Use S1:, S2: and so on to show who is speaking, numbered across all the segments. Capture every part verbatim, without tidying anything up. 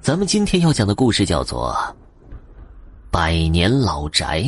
S1: 咱们今天要讲的故事叫做《百年老宅》。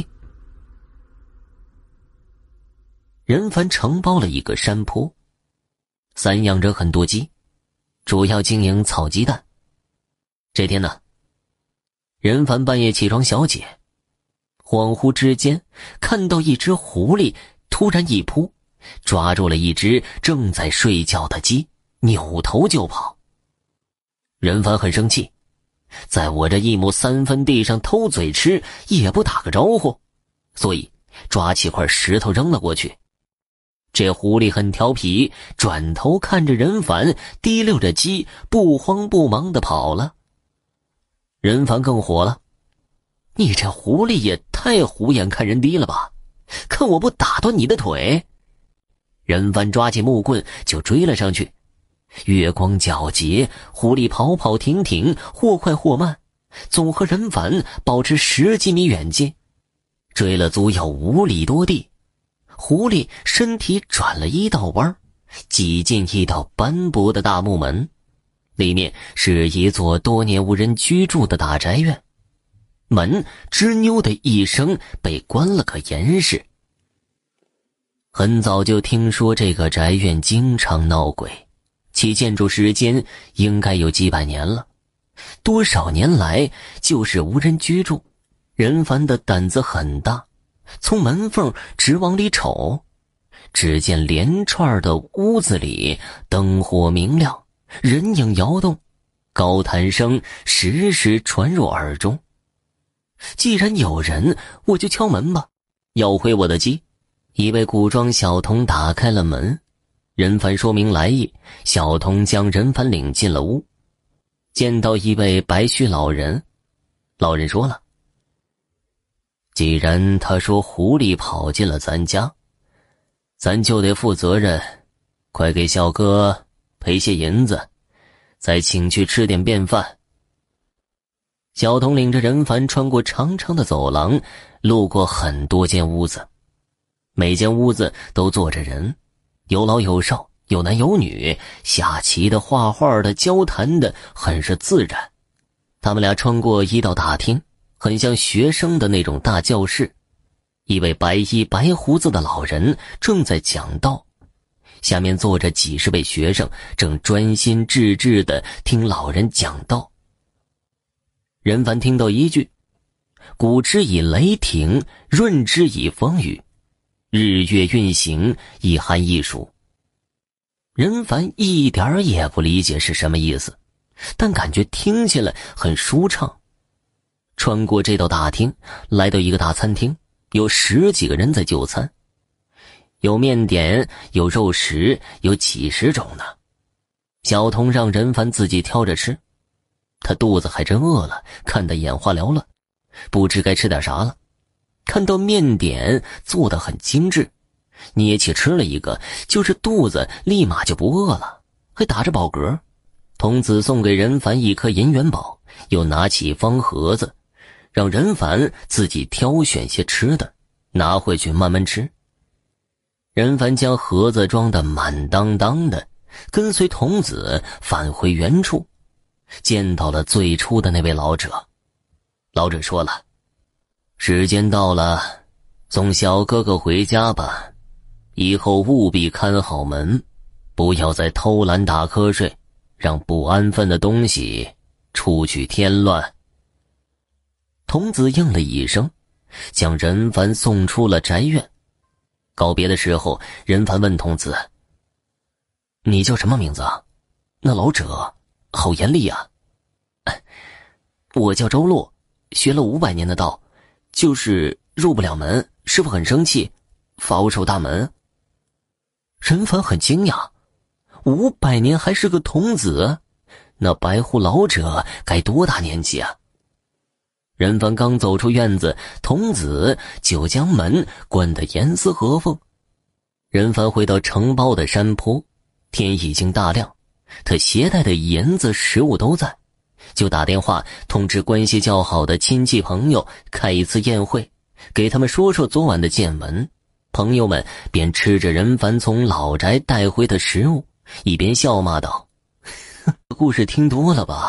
S1: 任凡承包了一个山坡，散养着很多鸡，主要经营草鸡蛋。这天呢，任凡半夜起床小解，恍惚之间看到一只狐狸突然一扑，抓住了一只正在睡觉的鸡，扭头就跑。任凡很生气，在我这一亩三分地上偷嘴吃也不打个招呼，所以抓起块石头扔了过去。这狐狸很调皮，转头看着任凡，提溜着鸡不慌不忙地跑了。任凡更火了，你这狐狸也太虎眼看人低了吧，看我不打断你的腿！任凡抓起木棍就追了上去。月光皎洁，狐狸跑跑停停，或快或慢，总和任凡保持十几米远近。追了足有五里多地，狐狸身体转了一道弯，挤进一道斑驳的大木门，里面是一座多年无人居住的大宅院。门吱扭的一声被关了个严实。很早就听说这个宅院经常闹鬼，其建筑时间应该有几百年了，多少年来就是无人居住。任凡的胆子很大，从门缝直往里瞅，只见连串的屋子里灯火明亮，人影摇动，高谈声时时传入耳中。既然有人，我就敲门吧，要回我的鸡。一位古装小童打开了门，任凡说明来意，小童将任凡领进了屋。见到一位白须老人，老人说了，既然他说狐狸跑进了咱家，咱就得负责任，快给小哥赔些银子，再请去吃点便饭。小童领着任凡穿过长长的走廊，路过很多间屋子，每间屋子都坐着人，有老有少，有男有女，下棋的、画画的、交谈的，很是自然。他们俩穿过一道大厅，很像学生的那种大教室。一位白衣白胡子的老人正在讲道，下面坐着几十位学生，正专心致志地听老人讲道。任凡听到一句，古之以雷霆，润之以风雨，日月运行，一寒一暑。任凡一点儿也不理解是什么意思，但感觉听起来很舒畅。穿过这道大厅，来到一个大餐厅，有十几个人在就餐，有面点，有肉食，有几十种呢。小童让任凡自己挑着吃，他肚子还真饿了，看得眼花缭乱，不知该吃点啥了。看到面点做得很精致，捏起吃了一个，就是肚子立马就不饿了，还打着饱嗝。童子送给任凡一颗银元宝，又拿起方盒子，让任凡自己挑选些吃的，拿回去慢慢吃。任凡将盒子装得满当当的，跟随童子返回原处，见到了最初的那位老者。老者说了，时间到了，送小哥哥回家吧，以后务必看好门，不要再偷懒打瞌睡，让不安分的东西出去添乱。童子应了一声，将任凡送出了宅院。告别的时候，任凡问童子，你叫什么名字啊？那老者好严厉啊。我叫周洛，学了五百年的道，就是入不了门，师父很生气，罚我守大门。任凡很惊讶，五百年还是个童子，那白胡老者该多大年纪啊？任凡刚走出院子，童子就将门关得严丝合缝。任凡回到承包的山坡，天已经大亮，他携带的银子食物都在，就打电话通知关系较好的亲戚朋友开一次宴会，给他们说说昨晚的见闻。朋友们便吃着任凡从老宅带回的食物，一边笑骂道，故事听多了吧，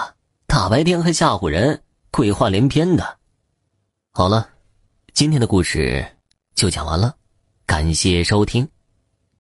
S1: 大白天还吓唬人，鬼话连篇的。好了，今天的故事就讲完了，感谢收听。